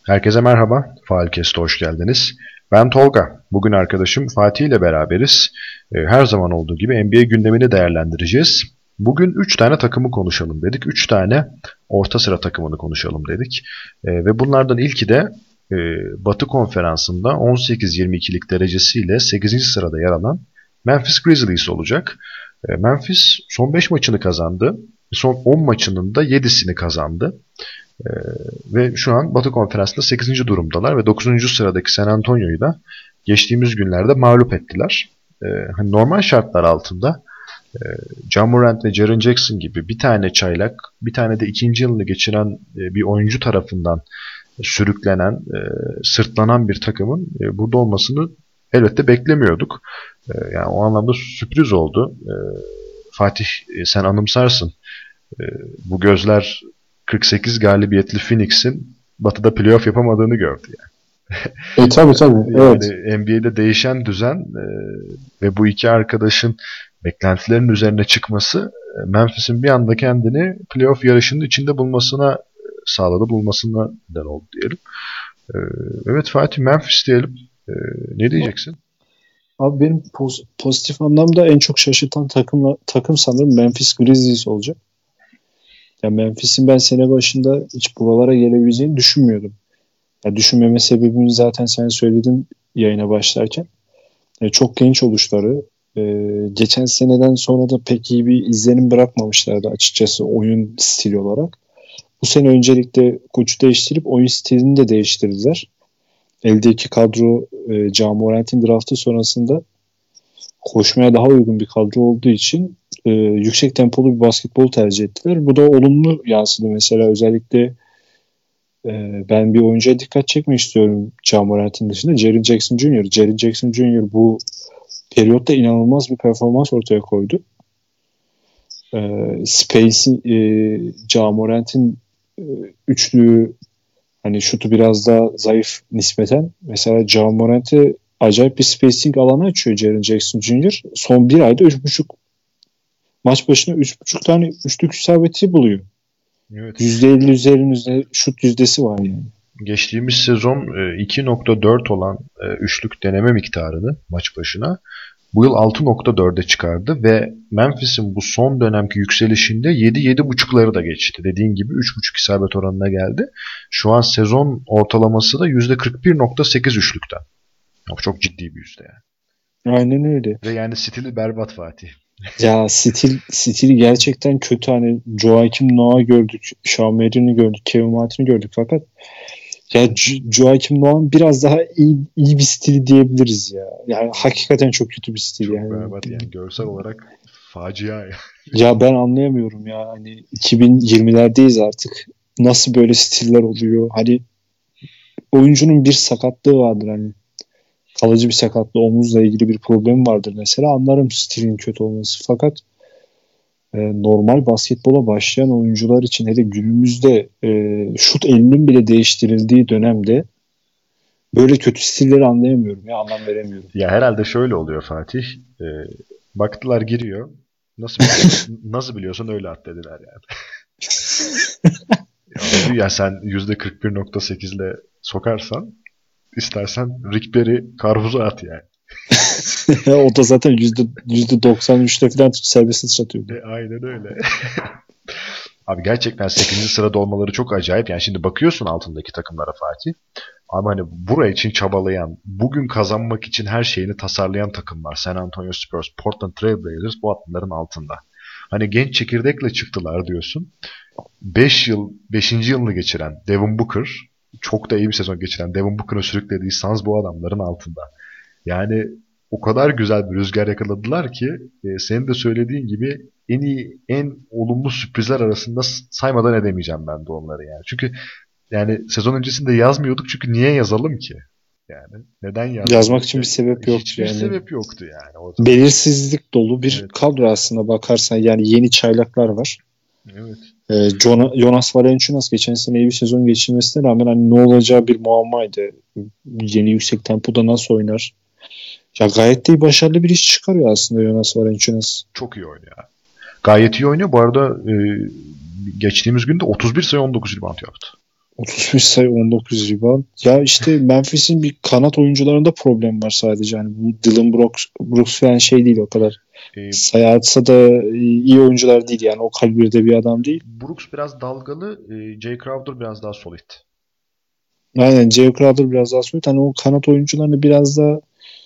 Herkese merhaba, Faalkest'e hoş geldiniz. Ben Tolga. Bugün arkadaşım Fatih ile beraberiz. Her zaman olduğu gibi NBA gündemini değerlendireceğiz. Bugün 3 tane takımı konuşalım dedik. 3 tane orta sıra takımını konuşalım dedik. Ve bunlardan ilki de Batı Konferansı'nda 18-22'lik derecesiyle 8. sırada yer alan Memphis Grizzlies olacak. Memphis son 5 maçını kazandı. Son 10 maçının da 7'sini kazandı. Ve şu an Batı Konferansı'nda 8. durumdalar ve 9. sıradaki San Antonio'yu da geçtiğimiz günlerde mağlup ettiler. Hani normal şartlar altında Ja Morant ve Jaren Jackson gibi bir tane çaylak, bir tane de ikinci yılını geçiren bir oyuncu tarafından sürüklenen, sırtlanan bir takımın burada olmasını elbette beklemiyorduk. Yani o anlamda sürpriz oldu. Fatih, sen anımsarsın. Bu gözler 48 galibiyetli Phoenix'in Batı'da playoff yapamadığını gördü yani. Tabii Yani evet. NBA'de değişen düzen ve bu iki arkadaşın beklentilerin üzerine çıkması Memphis'in bir anda kendini playoff yarışının içinde bulmasına sağladı, bulmasına neden oldu diyelim. Evet Fatih, Memphis diyelim. Ne diyeceksin? Abi benim pozitif anlamda en çok şaşırtan takım sanırım Memphis Grizzlies olacak. Ya Memphis'in ben sene başında hiç buralara gelebileceğini düşünmüyordum. Ya düşünmeme sebebini zaten sen söyledin yayına başlarken. Çok genç oluşları. Geçen seneden sonra da pek iyi bir izlenim bırakmamışlardı açıkçası oyun stili olarak. Bu sene öncelikle koçu değiştirip oyun stilini de değiştirdiler. Eldeki kadro Ja Morant'in draftı sonrasında koşmaya daha uygun bir kadro olduğu için yüksek tempolu bir basketbol tercih ettiler. Bu da olumlu yansıdı. Mesela özellikle ben bir oyuncuya dikkat çekmek istiyorum Ja Morant'in dışında. Jaren Jackson Jr. Jaren Jackson Jr. bu periyotta inanılmaz bir performans ortaya koydu. Space'in Ja Morant'in üçlüğü hani şutu biraz daha zayıf nispeten. Mesela Ja Morant'e acayip bir spacing alanı açıyor Jaren Jackson Jr. Son bir ayda 3,5 maç başına 3,5 tane üçlük isabeti buluyor. Evet. %50 üzerinde şut yüzdesi var yani. Geçtiğimiz sezon 2.4 olan üçlük deneme miktarını maç başına bu yıl 6.4'e çıkardı ve Memphis'in bu son dönemki yükselişinde 7-7.5'ları da geçti. Dediğin gibi 3.5 isabet oranına geldi. Şu an sezon ortalaması da %41.8 üçlükten. Çok ciddi bir yüzde yani. Aynen öyle. Ve yani stili berbat Fatih. Ya stil gerçekten kötü. Hani Joakim Noah'ı gördük, Şamer'ini gördük, Kevin Martin'i gördük fakat ya Joakim Noah'ın biraz daha iyi bir stili diyebiliriz ya. Yani hakikaten çok kötü bir stil Çok yani. berbat yani, görsel olarak facia ya. Ya ben anlayamıyorum ya. Hani 2020'lerdeyiz artık. Nasıl böyle stiller oluyor? Hani oyuncunun bir sakatlığı vardır hani. Kalıcı bir sakatlığı, omuzla ilgili bir problem vardır mesela. Anlarım stilin kötü olması. Fakat normal basketbola başlayan oyuncular için hele günümüzde şut elinin bile değiştirildiği dönemde böyle kötü stilleri anlayamıyorum ya, anlam veremiyorum. Ya herhalde şöyle oluyor Fatih. Baktılar giriyor. Nasıl biliyorsan öyle at dediler yani. Ya sen %41.8 ile sokarsan istersen Rick Barry karpuzu at yani. O da zaten %93'te falan serbest atış atıyordu. Aynen öyle. Abi gerçekten 8. sırada olmaları çok acayip. Yani şimdi bakıyorsun altındaki takımlara Fatih. Ama hani buraya için çabalayan, bugün kazanmak için her şeyini tasarlayan takımlar. San Antonio Spurs, Portland Trail Blazers bu adımların altında. Hani genç çekirdekle çıktılar diyorsun. 5 yılını geçiren Devin Booker, çok da iyi bir sezon geçiren Devin Booker'ın sürüklediği Suns bu adamların altında. Yani o kadar güzel bir rüzgar yakaladılar ki senin de söylediğin gibi en iyi, en olumlu sürprizler arasında saymadan edemeyeceğim ben de onları yani. Çünkü yani sezon öncesinde yazmıyorduk çünkü niye yazalım ki? Yani neden Yazmak yazmıyorduk? için bir sebep yoktu Hiçbir yani. sebep yoktu yani ortada. Belirsizlik dolu bir Evet. kadro aslında bakarsan, yani yeni çaylaklar var. Evet. Jonas Valanciunas geçen sene iyi bir sezon geçirmesine rağmen hani ne olacağı bir muammaydı. Yeni yüksek tempoda nasıl oynar? Ya gayet de iyi, başarılı bir iş çıkarıyor aslında Jonas Valanciunas. Çok iyi oynuyor. Gayet iyi oynuyor. Bu arada geçtiğimiz günde 31 sayı 19 rebound yaptı. 35 sayı 19 rebound. Ya işte Memphis'in bir kanat oyuncularında problem var sadece. Yani bu Dylan Brooks falan şey değil o kadar. E, Sayı atsa da iyi oyuncular değil yani o kalibrede bir adam değil. Brooks biraz dalgalı, Jay Crowder biraz daha solid. Aynen Jay Crowder biraz daha soyut. Hani o kanat oyuncularını biraz daha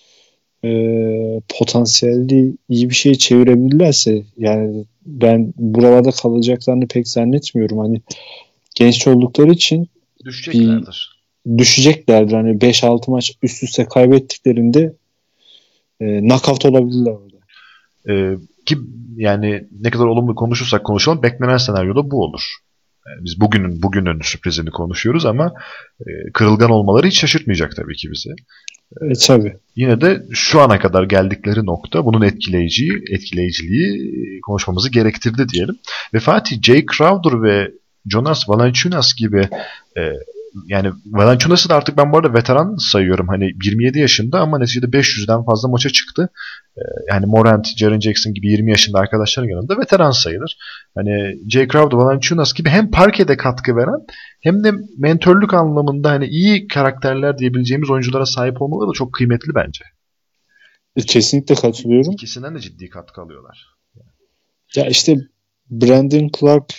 potansiyelli iyi bir şey çevirebilirlerse yani ben buralarda kalacaklarını pek zannetmiyorum. Hani genç oldukları için bir Düşeceklerdir. düşeceklerdir. Hani 5-6 maç üst üste kaybettiklerinde knockout olabilirler orada. Ki yani ne kadar olumlu konuşursak konuşalım, beklenen senaryoda bu olur. Yani biz bugünün sürprizini konuşuyoruz ama kırılgan olmaları hiç şaşırtmayacak tabii ki bizi. Tabii. Yine de şu ana kadar geldikleri nokta bunun etkileyiciliği konuşmamızı gerektirdi diyelim. Ve Fatih, Jay Crowder ve Jonas Valanciunas gibi e, yani Valanciunas'ı da artık ben bu arada veteran sayıyorum. Hani 27 yaşında ama neticede 500'den fazla maça çıktı. Yani Morant, Jaren Jackson gibi 20 yaşında arkadaşların yanında veteran sayılır. Hani Jay Crowder, Valanciunas gibi hem parkede katkı veren hem de mentörlük anlamında hani iyi karakterler diyebileceğimiz oyunculara sahip olmaları da çok kıymetli bence. Kesinlikle katılıyorum. İkisinden de ciddi katkı alıyorlar. Ya işte Brandon Clark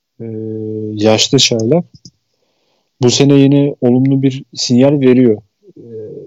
yaşlı çaylak bu sene yine olumlu bir sinyal veriyor. E,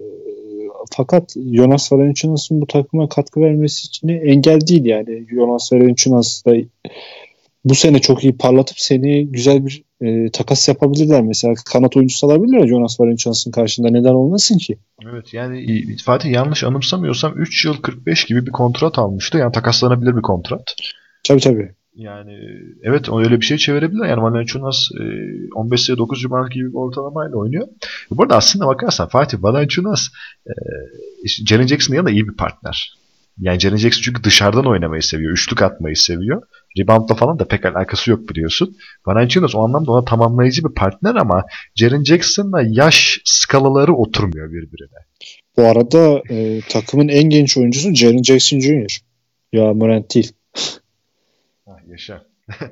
Fakat Jonas Valanciunas'ın bu takıma katkı vermesi için engel değil yani. Jonas Valanciunas da bu sene çok iyi parlatıp seneye güzel bir takas yapabilirler. Mesela kanat oyuncusu alabilirler Jonas Valanciunas'ın karşında. Neden olmasın ki? Evet yani Fatih yanlış anımsamıyorsam 3 yıl 45 gibi bir kontrat almıştı. Yani takaslanabilir bir kontrat. Tabii tabii. Yani evet öyle bir şey çevirebilir. Yani Valanciunas 15 sayı 9 rebound gibi bir ortalamayla oynuyor. Bu arada aslında bakarsan Fatih Valanciunas Jaren Jackson'ın yanında iyi bir partner. Yani Jaren Jackson çünkü dışarıdan oynamayı seviyor. Üçlük atmayı seviyor. Reboundla falan da pek alakası yok biliyorsun. Valanciunas o anlamda ona tamamlayıcı bir partner ama Jaren Jackson'la yaş skalaları oturmuyor birbirine. Bu arada takımın en genç oyuncusu Jaren Jackson Jr. Ya Morant değil. Ah, yaşa.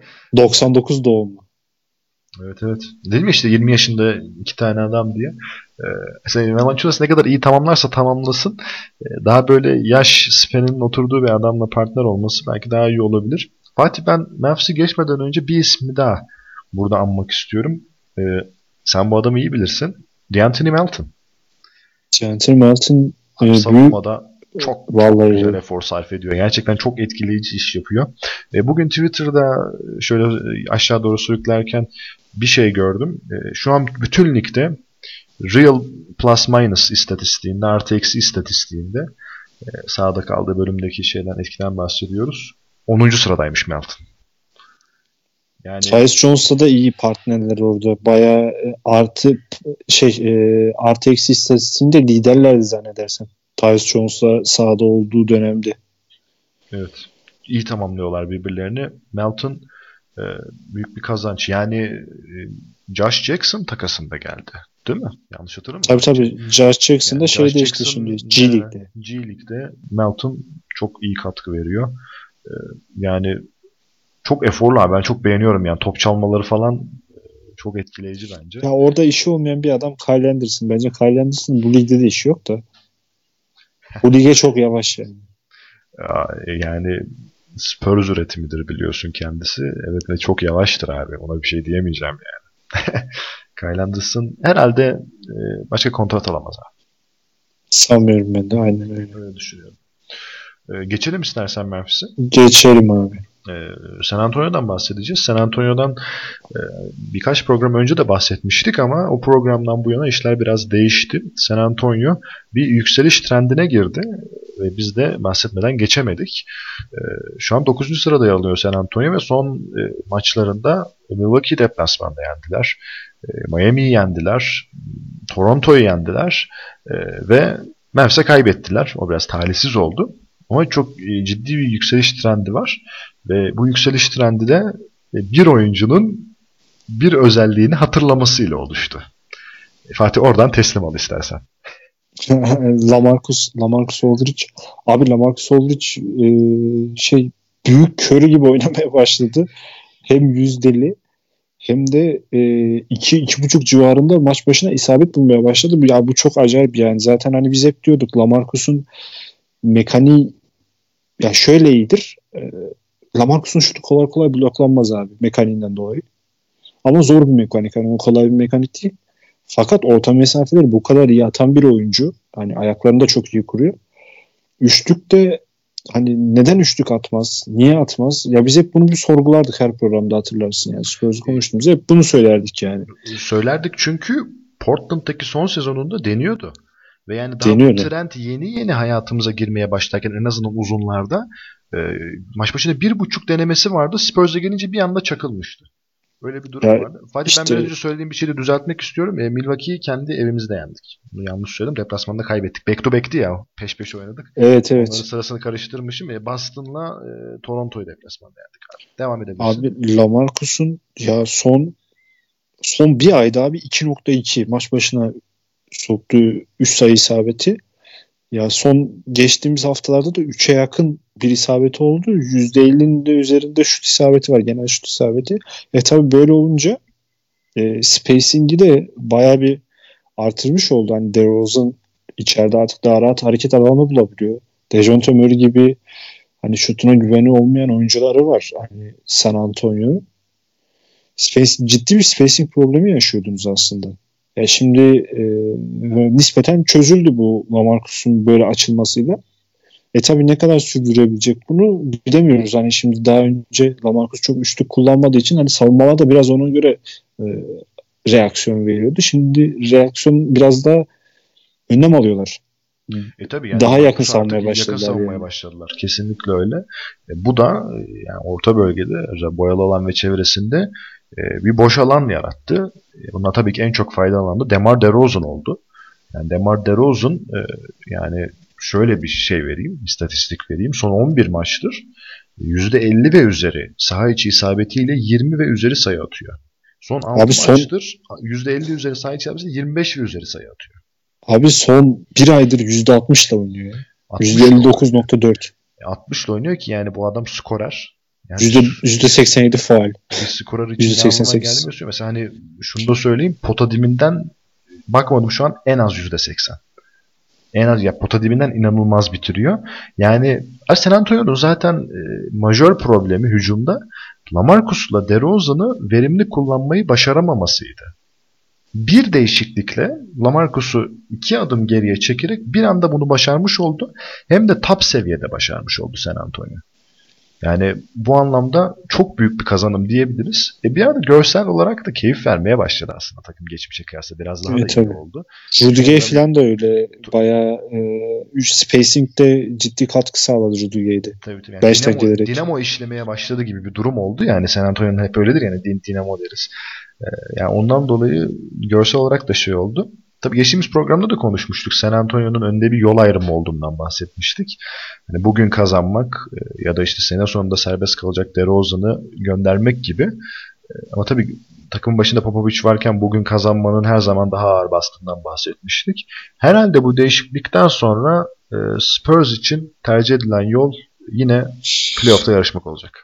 99 doğumlu. Evet evet. Dedim ya işte 20 yaşında iki tane adam diye. Ee, Mesela Valanciunas ne kadar iyi tamamlarsa tamamlasın daha böyle yaş spaninin oturduğu bir adamla partner olması belki daha iyi olabilir. Fatih ben Mavs'i geçmeden önce bir ismi daha burada anmak istiyorum. Ee, Sen bu adamı iyi bilirsin. DeAnthony Melton. Dejounte Melton Abi büyük savunmada çok güzel vallahi efor sarf ediyor. Gerçekten çok etkileyici iş yapıyor. Bugün Twitter'da şöyle aşağı doğru sürüklerken bir şey gördüm. Şu an bütün ligde Real Plus Minus istatistiğinde, artı eksi istatistiğinde sağda kaldığı bölümdeki şeyden eskiden bahsediyoruz. 10. sıradaymış Melton. Yani Tyus Jones'la da iyi partnerler orada. Bayağı artı eksi istatistiğinde liderlerdi zannedersem. Tyus Jones'la sahada olduğu dönemde. evet iyi tamamlıyorlar birbirlerini. Melton e, büyük bir kazanç. Yani Josh Jackson takasında geldi. Değil mi? Yanlış Tabii hatırlamıyorsam. tabii. Josh Jackson da Yani Josh şeyde işte Jackson şimdi G League'de. G League'de Melton çok iyi katkı veriyor. E, Yani çok eforlu abi. Ben çok beğeniyorum yani. Top çalmaları falan çok etkileyici bence. Ya orada işi olmayan bir adam Kyle Anderson. Bence Kyle Anderson'ın bu ligde de işi yok da. Bu lige çok yavaş yani. Yani Spurs üretimidir biliyorsun kendisi. Evet ve çok yavaştır abi. Ona bir şey diyemeyeceğim yani. Kyle Anderson herhalde başka kontrat alamaz abi. Sanmıyorum ben de. Aynen öyle. Öyle düşünüyorum. Geçelim istersen Memphis'e. Geçelim abi. San Antonio'dan bahsedeceğiz. San Antonio'dan e, birkaç program önce de bahsetmiştik ama o programdan bu yana işler biraz değişti. San Antonio bir yükseliş trendine girdi ve biz de bahsetmeden geçemedik. Şu an 9. sırada yer alıyor San Antonio ve son maçlarında Milwaukee deplasmanda yendiler. Miami'yi yendiler. Toronto'yu yendiler. Ve Mavs'e kaybettiler. O biraz talihsiz oldu. Ama çok ciddi bir yükseliş trendi var. Ve bu yükseliş trendi de bir oyuncunun bir özelliğini hatırlamasıyla oluştu. Fatih oradan teslim al istersen. Lamarcus Aldridge. Abi Lamarcus Aldridge büyük körü gibi oynamaya başladı. Hem yüzdeli hem de 2-2,5 civarında maç başına isabet bulmaya başladı. Ya bu çok acayip yani. Zaten hani biz hep diyorduk Lamarcus'un mekaniği ya şöyle iyidir. Lamarcus'un şutu kolay kolay bloklanmaz abi mekaniğinden dolayı. Ama zor bir mekanik. Hani o kolay bir mekanik değil. Fakat orta mesafeleri bu kadar iyi atan bir oyuncu. Hani ayaklarını da çok iyi kuruyor. Üçlükte hani neden üçlük atmaz? Niye atmaz? Ya biz hep bunu bir sorgulardık her programda hatırlarsın. Yani Spurs'u konuştuğumuzda hep bunu söylerdik yani. Söylerdik çünkü Portland'daki son sezonunda deniyordu. Ve yani daha bu Deniyordu. trend yeni yeni hayatımıza girmeye başlarken en azından uzunlarda e, maç başına 1,5 denemesi vardı. Spurs'a gelince bir anda çakılmıştı. Öyle bir durum Ya vardı. Fatih, ben biraz işte önce söylediğim bir şeyi de düzeltmek istiyorum. Milwaukee'yi kendi evimizde yendik. Bunu yanlış söyledim. Deplasmanda kaybettik. Back to back'ti ya. Peş peşe oynadık. evet Onların evet. sırasını karıştırmışım. Boston'la Toronto'yu deplasmanda yendik abi. Devam edebilirsin. Abi Lamarcus'un ya son bir ayda abi 2,2 maç başına soktuğu 3 sayı isabeti. Ya son geçtiğimiz haftalarda da 3'e yakın bir isabeti oldu. %50'nin de üzerinde şut isabeti var. Genel şut isabeti. Tabii böyle olunca spacing'i de baya bir artırmış oldu. Hani DeRozan içeride artık daha rahat hareket alanı bulabiliyor. Dejounte Murray gibi hani şutuna güveni olmayan oyuncuları var. Hani San Antonio. Ciddi bir spacing problemi yaşıyordunuz aslında. Ya şimdi nispeten çözüldü bu Lamarcus'un böyle açılmasıyla. Tabii ne kadar sürdürebilecek bunu bilemiyoruz. Hani şimdi daha önce Lamarcus çok üçlük kullanmadığı için hani savunmalar da biraz ona göre e, reaksiyon veriyordu. Şimdi reaksiyon biraz daha önlem alıyorlar. Tabii yani Daha yakın Lamarcus'u artık savunmaya yakın başladılar savunmaya yani. başladılar. Kesinlikle öyle. Bu da yani orta bölgede özellikle boyalı alan ve çevresinde bir boş alan yarattı. Bundan tabii ki en çok faydalanan da DeMar DeRozan oldu. Yani DeMar DeRozan yani şöyle bir şey vereyim, istatistik vereyim. Son 11 maçtır %50 ve üzeri saha içi isabetiyle 20 ve üzeri sayı atıyor. Son Abi 6 son maçtır %50 üzeri saha içi isabetiyle 25 ve üzeri sayı atıyor. abi son bir aydır %60'la oynuyor ya. 60 ile oynuyor. %59,4. 60 ile oynuyor ki yani bu adam skorer. Yani %87 faul. bir skorer için ne anlamına %88. gelmiyor. Mesela hani şunu da söyleyeyim. Pota diminden bakmadım şu an en az %80. En az ya pota dibinden inanılmaz bitiriyor. Yani San Antonio'nun zaten majör problemi hücumda Lamarcus'la DeRozan'ı verimli kullanmayı başaramamasıydı. Bir değişiklikle Lamarcus'u 2 adım geriye çekerek bir anda bunu başarmış oldu. Hem de top seviyede başarmış oldu San Antonio. Yani bu anlamda çok büyük bir kazanım diyebiliriz. Bir arada görsel olarak da keyif vermeye başladı aslında takım geçmişe kıyasla. Biraz daha da iyi Tabii. oldu. Rudiger Sonların falan da öyle. Bayağı spacing'de ciddi katkı sağladı Rudiger'de. tabii yani 5'ten gelerek. Dinamo işlemeye başladı gibi bir durum oldu. Yani San Antonio'nun hep öyledir yani Dinamo deriz. Yani ondan dolayı görsel olarak da şey oldu. Tabii geçtiğimiz programda da konuşmuştuk. San Antonio'nun önünde bir yol ayrımı olduğundan bahsetmiştik. Yani bugün kazanmak ya da işte sene sonunda serbest kalacak DeRozan'ı göndermek gibi. Ama tabii takımın başında Popovic varken bugün kazanmanın her zaman daha ağır bastığından bahsetmiştik. Herhalde bu değişiklikten sonra Spurs için tercih edilen yol yine playoff'ta yarışmak olacak.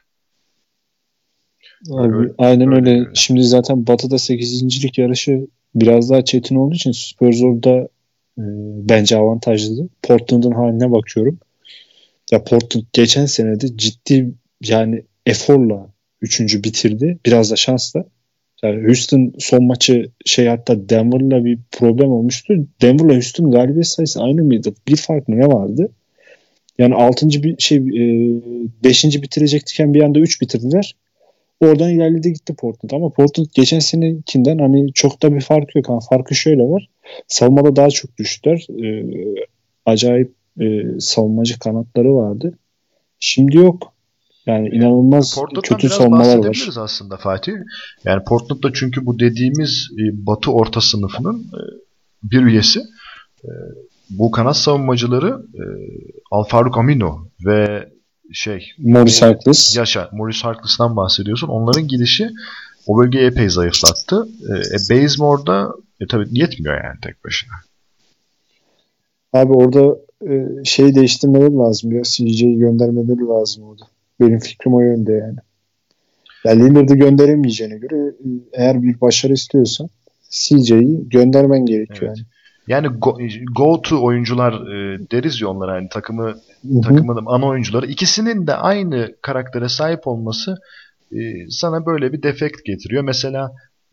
Abi, Öyle, aynen öyle öyle. görünüyor. Şimdi zaten Batı'da 8.lik yarışı biraz daha çetin olduğu için Spurs orada bence avantajlı. Portland'ın haline bakıyorum. Ya Portland geçen sene de ciddi yani eforla üçüncü bitirdi. Biraz da şansla. Yani Houston son maçı hatta Denver'la bir problem olmuştu. Denver'la Houston galibiyet sayısı aynı mıydı? Bir fark mı ne vardı? Yani 6. bir 5. bitirecektiken bir anda 3 bitirdiler. Oradan ilerledi gitti Portland. Ama Portland geçen senekinden hani çok da bir fark yok. Yani farkı şöyle var. Savunmada daha çok düştüler. Acayip savunmacı kanatları vardı. Şimdi yok. Yani inanılmaz Portland'dan kötü biraz savunmalar var. bahsedebiliriz aslında Fatih. Yani Portland'da çünkü bu dediğimiz Batı orta sınıfının bir üyesi. E, Bu kanat savunmacıları Al Faruk Amino ve Morris Harkless. Maurice Harkless'tan bahsediyorsun. Onların gidişi o bölgeyi epey zayıflattı. Bazemore'da tabii yetmiyor yani tek başına. Abi orada değiştirmeleri lazım ya. CJ'yi göndermeleri lazım orada. Benim fikrim o yönde yani. Yani Lillard'ı gönderemeyeceğine göre eğer bir başarı istiyorsan CJ'yi göndermen gerekiyor Evet. yani. Yani go to oyuncular deriz ya onlara, hani Hı hı. takımın ana oyuncuları, ikisinin de aynı karaktere sahip olması sana böyle bir defekt getiriyor. Mesela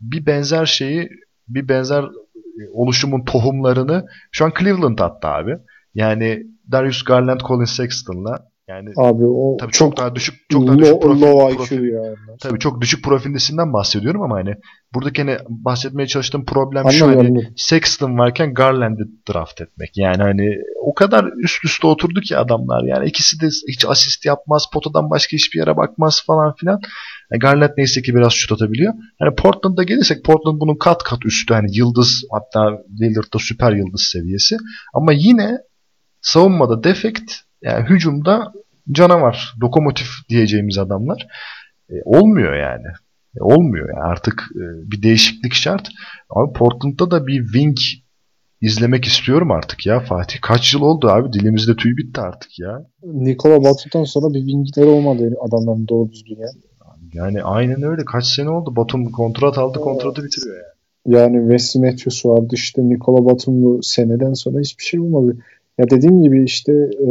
bir benzer oluşumun tohumlarını şu an Cleveland attı abi. Yani Darius Garland, Colin Sexton'la, yani Abi o tabii çok çok daha düşük low IQ ya onlar. tabii çok düşük profillisinden bahsediyorum ama hani buradaki hani bahsetmeye çalıştığım problem şu: Anladım, hani anladım. Sexton varken Garland'i draft etmek. Yani hani o kadar üst üste oturdu ki adamlar, yani ikisi de hiç asist yapmaz, potadan başka hiçbir yere bakmaz falan filan. Yani Garland neyse ki biraz şut atabiliyor. Hani Portland'a gelirsek, Portland bunun kat kat üstü, hani yıldız, hatta Lillard'da süper yıldız seviyesi. Ama yine savunmada defekt, yani hücumda canavar, lokomotif diyeceğimiz adamlar. Olmuyor yani. Olmuyor yani. Artık bir değişiklik şart. Abi Portland'da da bir wing izlemek istiyorum artık ya Fatih. Kaç yıl oldu abi? Dilimizde tüy bitti artık ya. Nikola Batum'dan sonra bir wingleri olmadı adamların doğru düzgün ya. Yani aynen öyle. Kaç sene oldu? Batum kontrat aldı, kontratı bitiriyor yani. Yani Wesley Matthews vardı, işte Nikola Batum, bu seneden sonra hiçbir şey olmadı. Ya dediğim gibi işte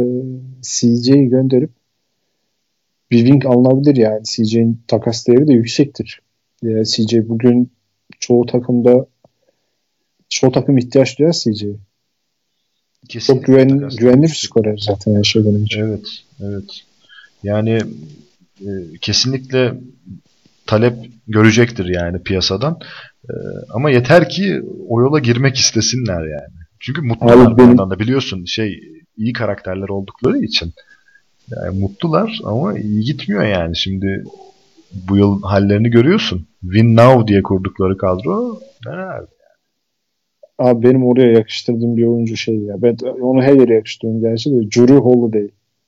CJ'yi gönderip bir wing alınabilir yani. CJ'nin takas değeri de yüksektir. CJ bugün çoğu takımda çoğu takım ihtiyaç duyar CJ'ye. Çok Kesinlikle takas değeri güvenli bir yüksek. skorer zaten her şeyden önce. Evet, evet. Yani kesinlikle talep görecektir yani piyasadan. E, Ama yeter ki o yola girmek istesinler yani. Çünkü mutlular Abi bir benim yandan da, biliyorsun, iyi karakterler oldukları için. Yani mutlular ama iyi gitmiyor yani. Şimdi bu yıl hallerini görüyorsun. Win Now diye kurdukları kadro herhalde. benim oraya yakıştırdığım bir oyuncu şey ya. Ben onu her yere yakıştırıyorum gerçi de, Jrue Holiday.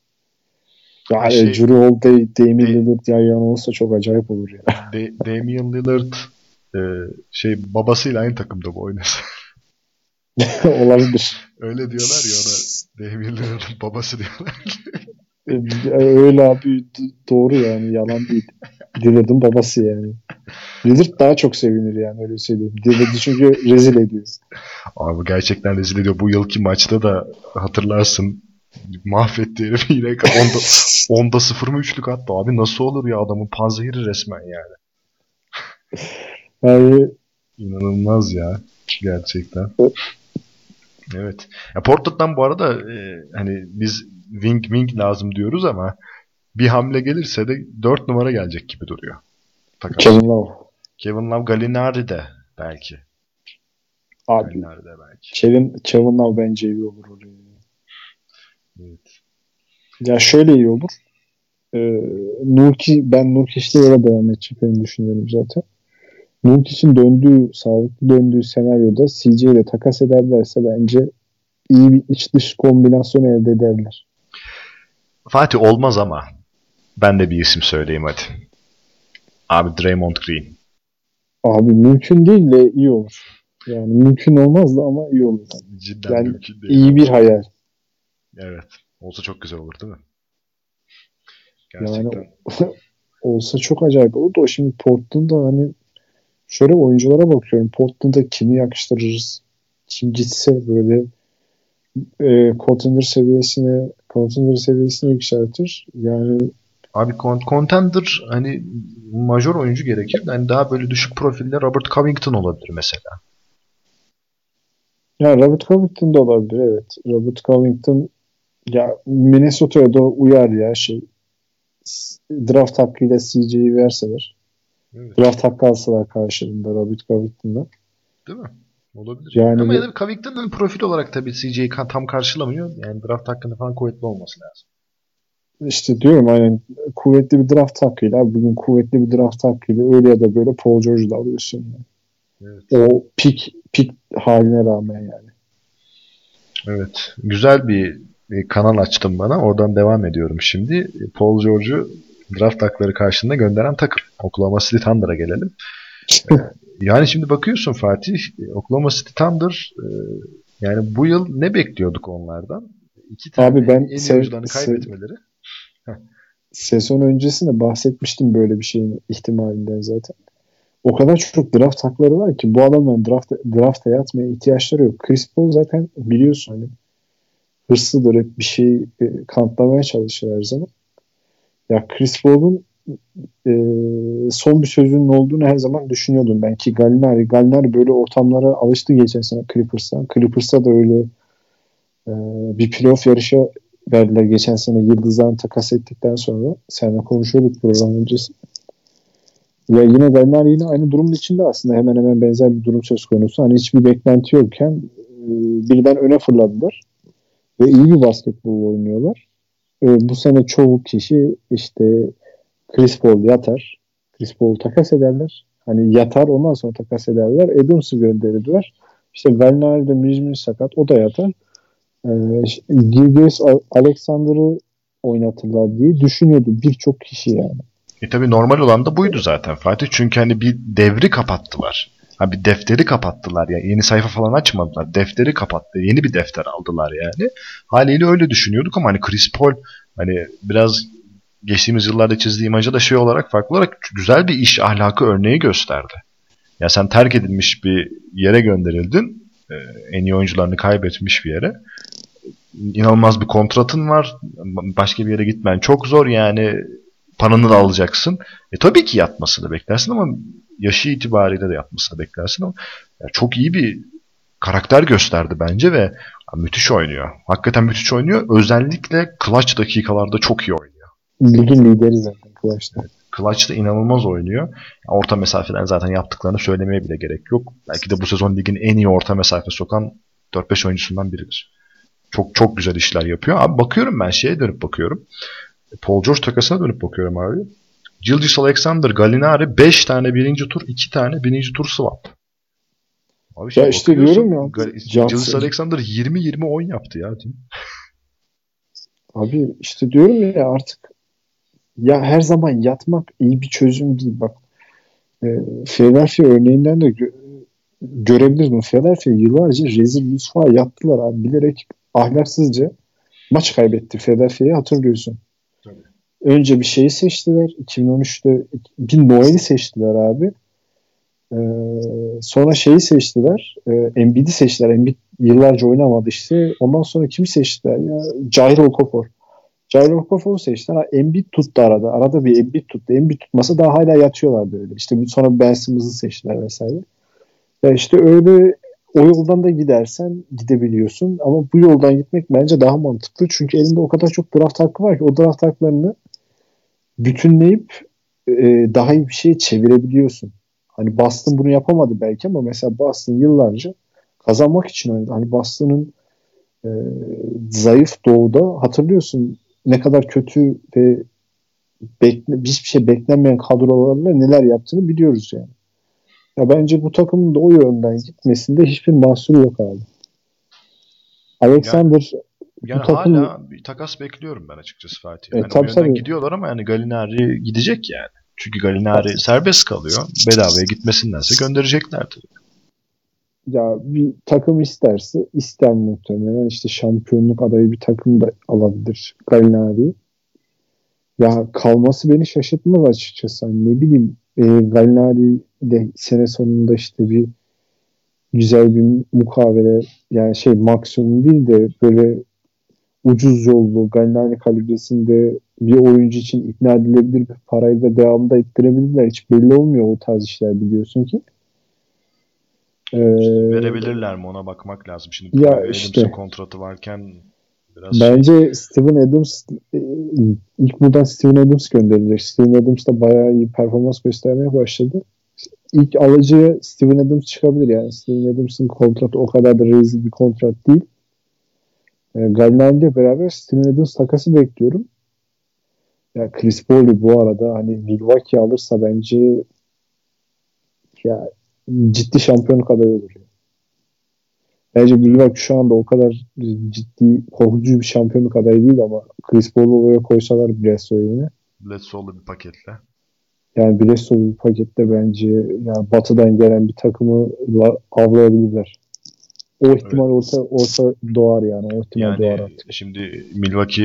Ha Yani şey Jrue Holiday, Damian de, Lillard yan yana olsa çok acayip olur ya. Damian Lillard e, babasıyla aynı takımda bu oynasa. Olabilir. Öyle diyorlar ya ona, Damian Lillard'ın babası diyorlar. Öyle abi, doğru yani, yalan değil. Lillard'ın babası yani. Lillard daha çok sevinir yani, öyle söyleyeyim. Lillard'ı çünkü rezil ediyor. Abi gerçekten rezil ediyor. Bu yılki maçta da hatırlarsın, mahvetti herifi yine. Onda 0 mı üçlük attı. Abi nasıl olur ya, adamın panzehiri resmen yani. Yani İnanılmaz ya. Gerçekten. Evet. Ya Portland'dan bu arada hani biz wing lazım diyoruz ama bir hamle gelirse de 4 numara gelecek gibi duruyor. Takas. Kevin Love. Kevin Love, Gallinari de belki. Abi Gallinari de belki. Kevin Love bence iyi olur oraya. Evet. Ya şöyle iyi olur. Ee, ben Nurkic'le yola devam edeceklerini düşünüyorum zaten. Nurkic'in sağlıklı döndüğü senaryoda CJ ile takas ederlerse bence iyi bir iç dış kombinasyon elde ederler. Fatih, olmaz ama ben de bir isim söyleyeyim hadi. Abi Draymond Green. Abi mümkün değil de iyi olur. Yani mümkün olmaz da ama iyi olur. Cidden Yani mümkün değil iyi bir ama hayal. evet. Olsa çok güzel olur değil mi? Yani Gerçekten. olsa çok acayip olur da, şimdi Portland'da hani şöyle oyunculara bakıyorum. Portland'da kimi yakıştırırız? Kim gitse böyle contender seviyesine yükseltir. Yani Abi contender, hani major oyuncu gerekir. Yani daha böyle düşük profilde Robert Covington olabilir mesela. ya Robert Covington da olabilir, evet. Robert Covington ya Minnesota'ya da uyar ya, draft hakkıyla CJ'yi verseler. Evet. Draft hakkı alsalar karşılığında Robert Covington'da. Değil mi? Olabilir yani. Yani Ama ya da Covington'ın profil olarak tabii CJ'yi tam karşılamıyor. Yani draft hakkında falan kuvvetli olması lazım. işte diyorum, aynen, kuvvetli bir draft hakkıyla, bugün kuvvetli bir draft hakkıyla öyle ya da böyle Paul George'u da alıyorsun. Yani. Evet. O pik haline rağmen yani. Evet. Güzel bir kanal açtım bana. Oradan devam ediyorum şimdi. Paul George'u draft hakları karşılığında gönderen takım. Oklahoma City Thunder'a gelelim. Yani şimdi bakıyorsun Fatih, Oklahoma City Thunder, yani bu yıl ne bekliyorduk onlardan? İki tane Abi ben en iyi oyuncularını kaybetmeleri. Heh, sezon öncesinde bahsetmiştim böyle bir şeyin ihtimalinden zaten. O kadar çok draft hakları var ki bu adamların drafta yatmaya ihtiyaçları yok. Chris Paul zaten biliyorsun hani hırslıdır, hep bir şey kanıtlamaya çalışır her zaman. Ya Chris Paul'un e, son bir sözünün olduğunu her zaman düşünüyordum ben ki Gallinari böyle ortamlara alıştı geçen sene Clippers'a. Clippers'a da öyle e, bir playoff yarışı verdiler geçen sene yıldızlarını takas ettikten sonra. Seninle konuşuyorduk program öncesi. Ya yine Gallinari yine aynı durumun içinde aslında hemen hemen benzer bir durum söz konusu. Hani hiçbir beklenti yokken birden öne fırladılar ve iyi bir basketbol oynuyorlar. Bu sene çoğu kişi işte Chris Paul yatar. Chris Paul'u takas ederler. Hani yatar ondan sonra takas ederler. Adams'ı gönderirler. İşte Gallinari de Mizmi sakat. O da yatar. Gilgeous Alexander'ı oynatırlar diye düşünüyordu birçok kişi yani. Tabii normal olan da buydu zaten Fatih. Çünkü hani bir devri kapattılar. Ha bir defteri kapattılar yani. Yeni sayfa falan açmadılar. Defteri kapattı. Yeni bir defter aldılar yani. Haliyle öyle düşünüyorduk ama hani Chris Paul hani biraz geçtiğimiz yıllarda çizdiği imajı da şey olarak farklı olarak güzel bir iş ahlakı örneği gösterdi. Ya sen terk edilmiş bir yere gönderildin. En iyi oyuncularını kaybetmiş bir yere. İnanılmaz bir kontratın var. Başka bir yere gitmen çok zor yani. Paranı da alacaksın. Tabii ki yatmasını beklersin ama yaşı itibariyle de yatmasını beklersin ama yani çok iyi bir karakter gösterdi bence ve müthiş oynuyor. Hakikaten müthiş oynuyor. Özellikle clutch dakikalarda çok iyi oynuyor. Ligin lideri zaten Clutch'ta. Clutch'ta inanılmaz oynuyor. Orta mesafeden zaten yaptıklarını söylemeye bile gerek yok. Belki de bu sezon ligin en iyi orta mesafe sokan 4-5 oyuncusundan biridir. Çok çok güzel işler yapıyor. Abi bakıyorum ben şeye dönüp bakıyorum. Paul George takasına dönüp bakıyorum abi. Gilgeous Alexander, Gallinari 5 tane birinci tur, 2 tane birinci tur swap. Abi Ya işte diyorum ya Gilgeous Alexander 20-20-10 yaptı ya. Abi işte diyorum ya artık ya her zaman yatmak iyi bir çözüm değil. Bak Philadelphia örneğinden de görebiliriz bunu. Philadelphia yıllarca rezil rüsva yattılar abi. Bilerek ahlaksızca maç kaybetti Philadelphia'yı hatırlıyorsun. Tabii. Önce bir şeyi seçtiler. 2013'te bir Noel'i seçtiler abi. Sonra şeyi seçtiler. Embiid'i seçtiler. Embiid yıllarca oynamadı işte. Ondan sonra kimi seçtiler ya? Jair Okafor. Jair Okafor'u seçtiler. Ha, Embiid tuttu arada. Arada bir Embiid tuttu. Embiid tutmasa daha hala yatıyorlardı öyle. İşte sonra Ben Simmons'ı seçtiler vesaire. Ya işte öyle o yoldan da gidersen gidebiliyorsun. Ama bu yoldan gitmek bence daha mantıklı. Çünkü elinde o kadar çok draft hakkı var ki o draft haklarını bütünleyip daha iyi bir şeye çevirebiliyorsun. Hani Boston bunu yapamadı belki ama mesela Boston yıllarca kazanmak için oynadı. Hani Boston'ın e, zayıf doğuda hatırlıyorsun ne kadar kötü ve hiçbir şey beklenmeyen kadrolarla neler yaptığını biliyoruz yani. Ya bence bu takımın da o yönden gitmesinde hiçbir mahsur yok abi. Yani, Alexander bu yani takım hala bir takas bekliyorum ben açıkçası Fatih. Hani o tabii yönden tabii gidiyorlar ama yani Gallinari gidecek yani. Çünkü ya, Gallinari serbest kalıyor. Bedavaya gitmesindense göndereceklerdir. ya bir takım ister muhtemelen işte şampiyonluk adayı bir takım da alabilir Gallinari'yi. Ya kalması beni şaşırtmaz açıkçası. Hani ne bileyim Gallinari de sene sonunda işte bir güzel bir mukavele yani şey maksimum değil de böyle ucuz yollu Gallinari kalibresinde bir oyuncu için ikna edilebilir bir parayı da devamında ettirebilirler. Hiç belli olmuyor o tarz işler biliyorsun ki. İşte Ee, verebilirler mi ona bakmak lazım. Şimdi ya Adams'ın işte kontratı varken biraz şey. bence Steven Adams ilk buradan Steven Adams gönderilecek. Steven Adams da bayağı iyi performans göstermeye başladı. İlk alıcıya Steven Adams çıkabilir yani. Steven Adams'ın kontratı o kadar da rezil bir kontrat değil. Gallinari ile beraber Steven Adams takası bekliyorum. Ya Chris Paul'u bu arada hani Milwaukee alırsa bence ya ciddi şampiyonluk adayı olur. Yani. Bence Milwaukee şu anda o kadar ciddi korkutucu bir şampiyonluk adayı değil ama Chris Paul'u oraya koysalar Bledsoe yerine. Bledsoe'lu bir paketle. Yani Bledsoe'lu bir pakette bence yani batıdan gelen bir takımı avlayabilirler. O Evet. ihtimal orta doğar yani. O ihtimal doğar Yani artık. şimdi Milwaukee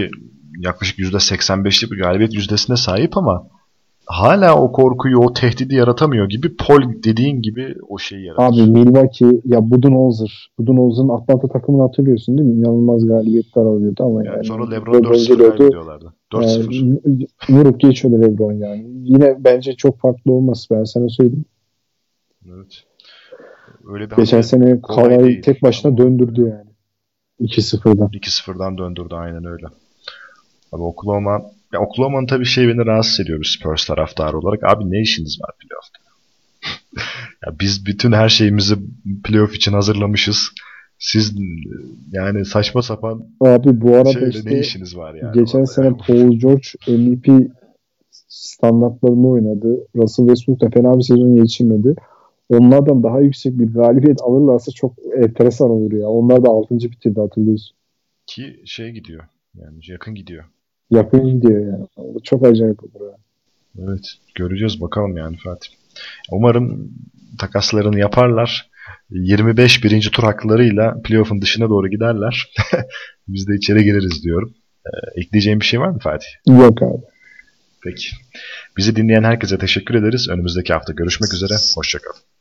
yaklaşık %85'lik bir galibiyet yüzdesine sahip ama hala o korkuyu, o tehdidi yaratamıyor gibi. Paul dediğin gibi o şeyi Abi yaratır. Milwaukee ya Budenholzer'ın Atlanta takımını hatırlıyorsun değil mi? İnanılmaz galibiyetler alıyordu ama Yani yani sonra LeBron LeBron 4-0 geliyordu. kaybediyorlardı. 4-0. Yani vurup geçiyordu LeBron yani. Yine bence çok farklı olmaz. Ben sana söyleyeyim. Evet. Öyle bir Geçen hamle sene kolay Kawhi değil tek ama başına oldu döndürdü yani. yani. 2-0'dan. 2-0'dan döndürdü, aynen öyle. Abi Oklahoma'nın tabii şey beni rahatsız ediyor bir Spurs taraftarı olarak. Abi ne işiniz var playoff'ta? Ya biz bütün her şeyimizi playoff için hazırlamışız. Siz yani saçma sapan Abi bu arada şeyle ne işte işiniz var yani geçen orada sene ya? Paul George MVP standartlarında oynadı. Russell Westbrook da fena bir sezon geçirmedi. Onlardan daha yüksek bir galibiyet alırlarsa çok enteresan olur ya. Onlar da 6. bitirdi hatırlıyorsun. Ki şey gidiyor. Yani yakın gidiyor. Yakın gidiyor yani. O da çok acayip olur ya. Evet, göreceğiz bakalım yani Fatih. Umarım takaslarını yaparlar. 25 birinci tur haklarıyla playoff'un dışına doğru giderler. Biz de içeri gireriz diyorum. Ekleyeceğim bir şey var mı Fatih? Yok abi. Peki. Bizi dinleyen herkese teşekkür ederiz. Önümüzdeki hafta görüşmek üzere. Hoşça kalın.